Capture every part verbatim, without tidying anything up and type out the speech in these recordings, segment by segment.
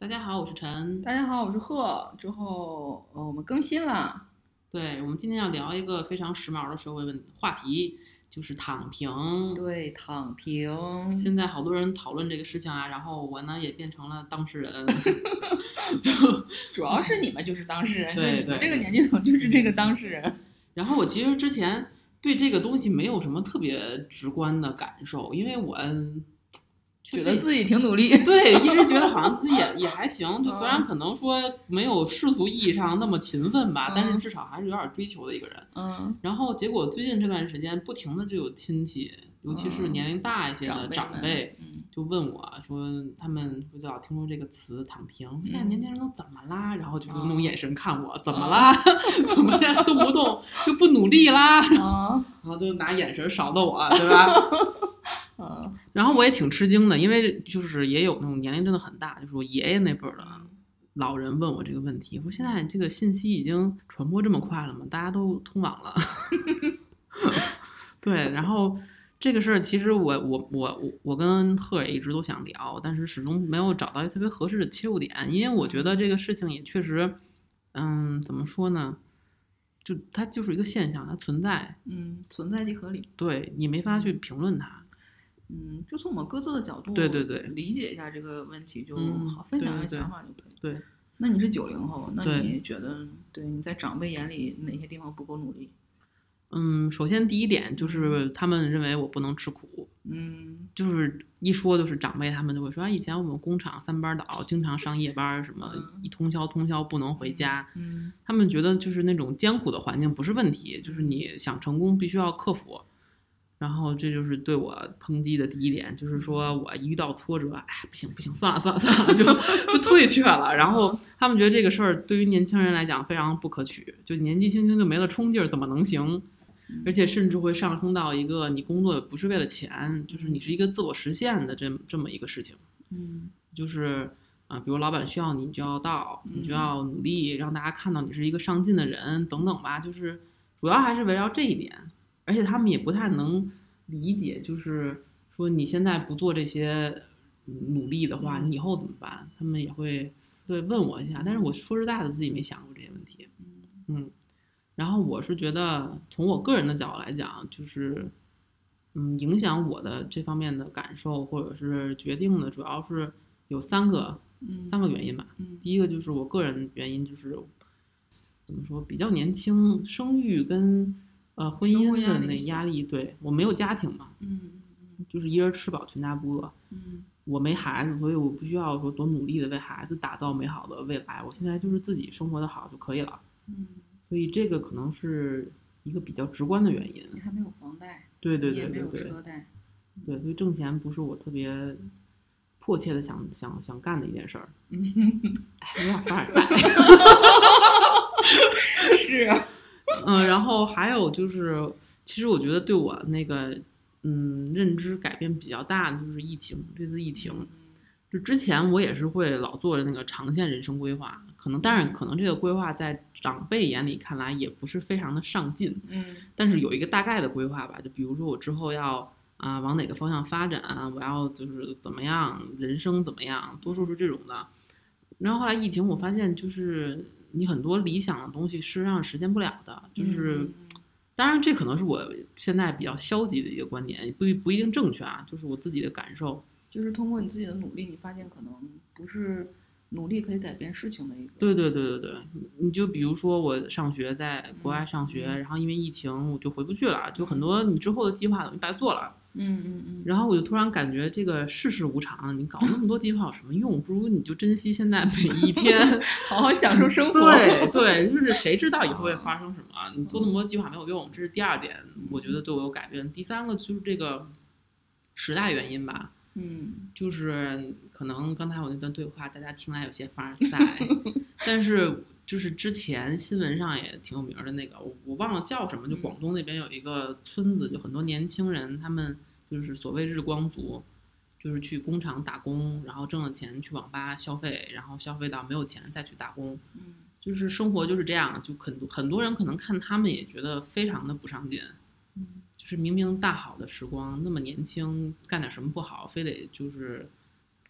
大家好，我是陈。 大家好，我是贺。之后，呃，我们更新了。 对，我们今天要聊一个非常时髦的社会问话题，就是躺平。 对，躺平。 现在好多人讨论这个事情啊，然后我呢也变成了当事人。就主要是你们就是当事人， 对就你们这个年纪层就是这个当事人。 然后我其实之前对这个东西没有什么特别直观的感受，因为我觉得自己挺努力， 对，一直觉得好像自己也也还行，就虽然可能说没有世俗意义上那么勤奋吧，嗯、但是至少还是有点追求的一个人。 嗯。 然后结果最近这段时间，不停的就有亲戚，尤其是年龄大一些的长辈， 长辈就问我说，他们不就老听说这个词“躺平”，现在年轻人都怎么啦？然后就是那种眼神看我，怎么啦？怎么呀？动不动就不努力啦？然后就拿眼神扫到我，对吧？然后我也挺吃惊的，因为就是也有那种年龄真的很大，就是我爷爷那辈的老人问我这个问题，我说现在这个信息已经传播这么快了吗？大家都通网了。对，然后这个事儿其实我我我我跟贺也一直都想聊，但是始终没有找到一个特别合适的切入点，因为我觉得这个事情也确实，嗯，怎么说呢？就它就是一个现象，它存在， 嗯，存在即合理， 对你没法去评论它。 嗯，就从我们各自的角度， 对对对， 理解一下这个问题就好， 嗯、 分享一下想法就可以。 对， 那你是九零后，那你觉得对你在长辈眼里哪些地方不够努力？ 嗯，首先第一点就是他们认为我不能吃苦， 嗯， 就是一说就是长辈他们就会说，啊，以前我们工厂三班倒，经常上夜班，什么一通宵通宵不能回家， 嗯， 他们觉得就是那种艰苦的环境不是问题，就是你想成功必须要克服。然后这就是对我抨击的第一点，就是说我一遇到挫折，哎，不行不行，算了算了算了，就就退却了。然后他们觉得这个事儿对于年轻人来讲非常不可取，就年纪轻轻就没了冲劲儿，怎么能行？而且甚至会上升到一个你工作不是为了钱，就是你是一个自我实现的这这么一个事情。 嗯， 就是啊、呃，比如老板需要你，你就要到，你就要努力，让大家看到你是一个上进的人，等等吧。就是主要还是围绕这一点。而且他们也不太能理解，就是说你现在不做这些努力的话，你以后怎么办？他们也会对问我一下，但是我说实在的，自己没想过这些问题。嗯，然后我是觉得，从我个人的角度来讲，就是嗯，影响我的这方面的感受或者是决定的，主要是有三个三个原因吧。第一个就是我个人原因，就是怎么说，比较年轻，生育跟呃，婚姻的那压力，对我没有家庭嘛， 嗯， 就是一人吃饱全家不饿， 嗯， 我没孩子，所以我不需要说多努力的为孩子打造美好的未来，我现在就是自己生活的好就可以了， 嗯， 所以这个可能是一个比较直观的原因。 你还没有房贷， 对对对对对， 也没有车贷， 对，所以挣钱不是我特别迫切的想想想干的一件事儿，哎，有点凡尔赛， 是啊。 嗯，然后还有就是，其实我觉得对我那个嗯认知改变比较大的就是疫情，这次疫情，就之前我也是会老做那个长线人生规划，可能当然可能这个规划在长辈眼里看来也不是非常的上进， 嗯， 但是有一个大概的规划吧，就比如说我之后要啊、呃、往哪个方向发展，我要就是怎么样，人生怎么样，多数是这种的。然后后来疫情，我发现就是你很多理想的东西事实上实现不了的，就是， 嗯、 当然这可能是我现在比较消极的一个观点，不不一定正确啊，就是我自己的感受。 就是通过你自己的努力，你发现可能不是努力可以改变事情的一个。 对对对对对，你就比如说我上学在国外上学， 嗯、 然后因为疫情我就回不去了，就很多你之后的计划等于白做了。 嗯嗯嗯， 然后我就突然感觉这个世事无常，你搞那么多计划有什么用？不如你就珍惜现在每一天， 好好享受生活。 对对，就是谁知道以后会发生什么？你做那么多计划没有用，这是第二点，我觉得对我有改变。第三个就是这个时代原因吧， 嗯， 就是可能刚才我那段对话大家听来有些凡尔赛，但是就是之前新闻上也挺有名的那个，我我忘了叫什么，就广东那边有一个村子，就很多年轻人，他们就是所谓日光族，就是去工厂打工，然后挣了钱去网吧消费，然后消费到没有钱再去打工， 嗯， 就是生活就是这样，就很多很多人可能看他们也觉得非常的不上进， 嗯， 就是明明大好的时光，那么年轻，干点什么不好，非得就是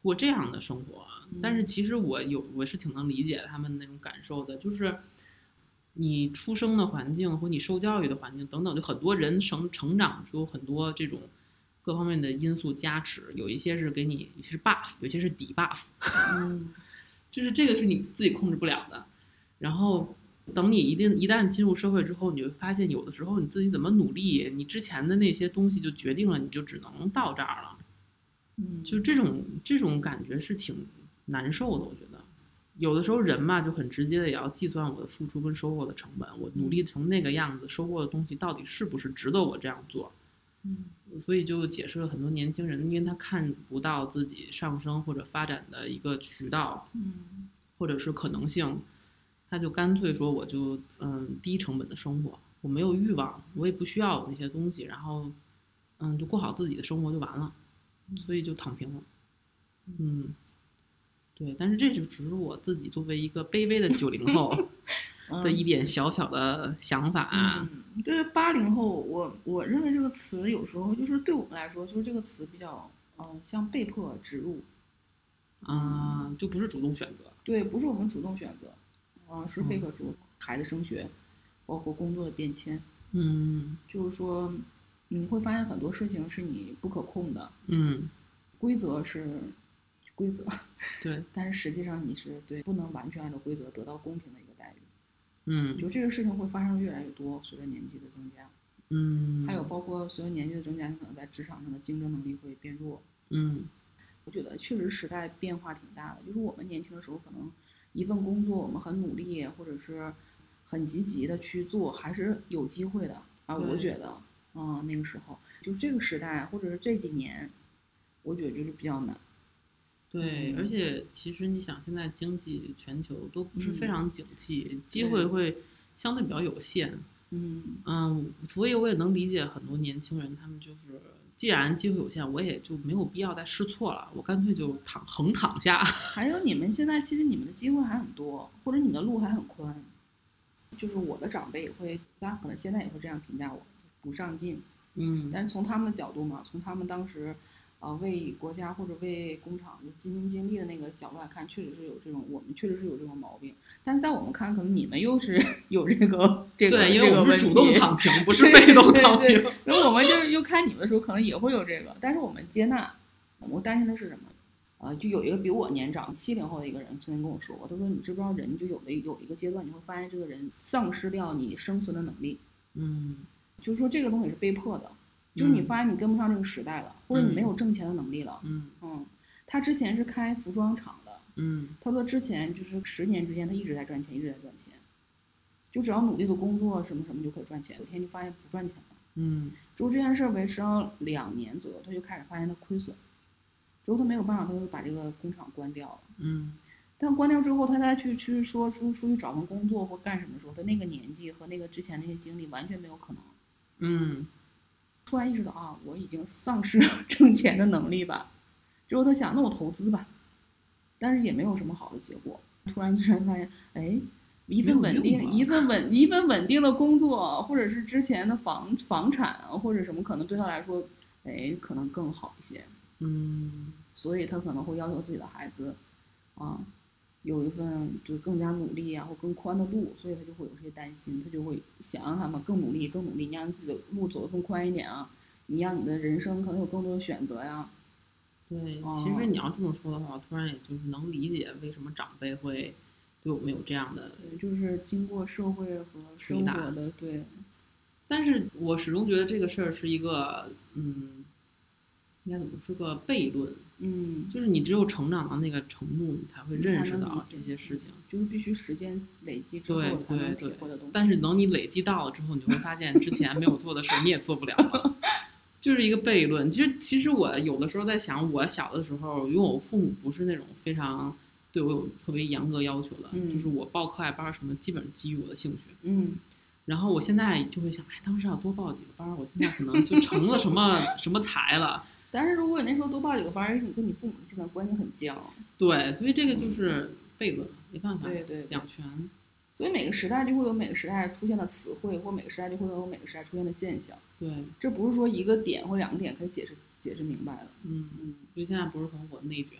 过这样的生活。但是其实我有我是挺能理解他们那种感受的，就是你出生的环境或你受教育的环境等等，就很多人成成长就有很多这种各方面的因素加持，有一些是给你有些是 buff， 有些是底 buff， 嗯， 就是这个是你自己控制不了的。然后等你一定一旦进入社会之后，你就会发现有的时候你自己怎么努力，你之前的那些东西就决定了你就只能到这儿了。 嗯， 就这种这种感觉是挺难受的，我觉得有的时候人嘛就很直接的也要计算我的付出跟收获的成本，我努力成那个样子，收获的东西到底是不是值得我这样做。 嗯， 所以就解释了很多年轻人，因为他看不到自己上升或者发展的一个渠道， 嗯， 或者是可能性，他就干脆说我就嗯低成本的生活，我没有欲望，我也不需要那些东西，然后嗯就过好自己的生活就完了，所以就躺平了。嗯，对，但是这就只是我自己作为一个卑微的九零后的一点小小的想法。 嗯，对八零后，我我认为这个词有时候就是对我们来说，就是这个词比较嗯、呃、像被迫植入， 啊、嗯，就不是主动选择。 对，不是我们主动选择，啊、呃，是被迫植入。孩子升学，包括工作的变迁， 嗯， 就是说你会发现很多事情是你不可控的， 嗯， 规则是规则， 对， 但是实际上你是对不能完全按照规则得到公平的一个待遇。 嗯， 就这个事情会发生越来越多，随着年纪的增加。 嗯， 还有包括随着年纪的增加，你可能在职场上的竞争能力会变弱。 嗯， 我觉得确实时代变化挺大的，就是我们年轻的时候可能一份工作我们很努力，或者是很积极的去做，还是有机会的啊。我觉得，嗯，那个时候就这个时代或者是这几年，我觉得就是比较难。 对， 嗯、 而且其实你想，现在经济全球都不是非常景气， 嗯、 机会会相对比较有限。 嗯嗯，所以我也能理解很多年轻人，他们就是既然机会有限，我也就没有必要再试错了，我干脆就躺横躺下。 还有你们现在其实你们的机会还很多，或者你们的路还很宽。就是我的长辈也会，大家可能现在也会这样评价我，不上进。 嗯， 但是从他们的角度嘛，从他们当时，呃，为国家或者为工厂尽心尽力的那个角度来看，确实是有这种，我们确实是有这种毛病。但在我们看，可能你们又是有这个这个对，因为我们是主动躺平，不是被动躺平。 然后我们就是又看你们的时候，可能也会有这个，但是我们接纳。我担心的是什么？呃，就有一个比我年长七零后的一个人曾经跟我说过，他说你知不知道人就有的有一个阶段，你会发现这个人丧失掉你生存的能力。 嗯， 就是说这个东西是被迫的，就是你发现你跟不上这个时代了， 嗯、 或者你没有挣钱的能力了。 嗯嗯，他之前是开服装厂的， 嗯， 他说之前就是十年之间他一直在赚钱，一直在赚钱，就只要努力的工作什么什么就可以赚钱。有一天就发现不赚钱了。 嗯， 之后这件事维持到两年左右，他就开始发现他亏损。之后他没有办法，他就把这个工厂关掉了。 嗯， 但关掉之后，他再去去说出出去找份工作或干什么的时候，他那个年纪和那个之前那些经历完全没有可能。 嗯， 突然意识到啊，我已经丧失了挣钱的能力吧。之后他想，那我投资吧，但是也没有什么好的结果。突然突然发现，哎，一份稳定、一份稳、一份稳定的工作，或者是之前的房房产或者什么，可能对他来说，哎，可能更好一些。 嗯， 所以他可能会要求自己的孩子，啊，有一份就更加努力啊，或更宽的路，所以他就会有这些担心，他就会想让他们更努力、更努力，你让自己的路走得更宽一点啊，你让你的人生可能有更多的选择呀。 对，其实你要这么说的话，突然也就是能理解为什么长辈会对我们有这样的， 对，就是经过社会和生活的对。 但是我始终觉得这个事儿是一个，嗯，应该怎么是个悖论？ 嗯， 就是你只有成长到那个程度，你才会认识到这些事情， 就是必须时间累积之后才能体会的东西。 但是等你累积到了之后，你就会发现之前没有做的事你也做不了了。就是一个悖论。其实，其实我有的时候在想，我小的时候，因为我父母不是那种非常对我有特别严格要求的， 嗯、 就是我报课外班什么，基本基于我的兴趣。 嗯。 然后我现在就会想，哎，当时要多报几个班，我现在可能就成了什么什么才了。 但是如果你那时候多报几个班，你跟你父母现在关系很僵。 对，所以这个就是悖论，没办法。 对 对, 对， 两全。 所以每个时代就会有每个时代出现的词汇，或每个时代就会有每个时代出现的现象。 对， 这不是说一个点或两个点可以解释解释明白的。 嗯嗯，所以现在不是很火内卷。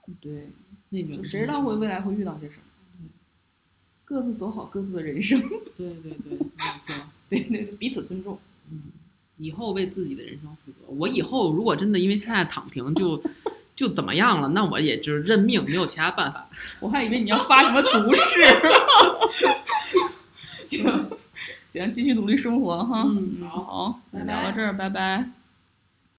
对， 那种就谁知道会未来会遇到些什么？各自走好各自的人生。 对对对，没错。 对对对，彼此尊重。 嗯，以后为自己的人生负责。我以后如果真的因为现在躺平就就怎么样了，那我也就是认命，没有其他办法。 我还以为你要发什么毒誓。行行，继续努力生活哈。 嗯， 好， 拜拜聊到这儿，拜拜。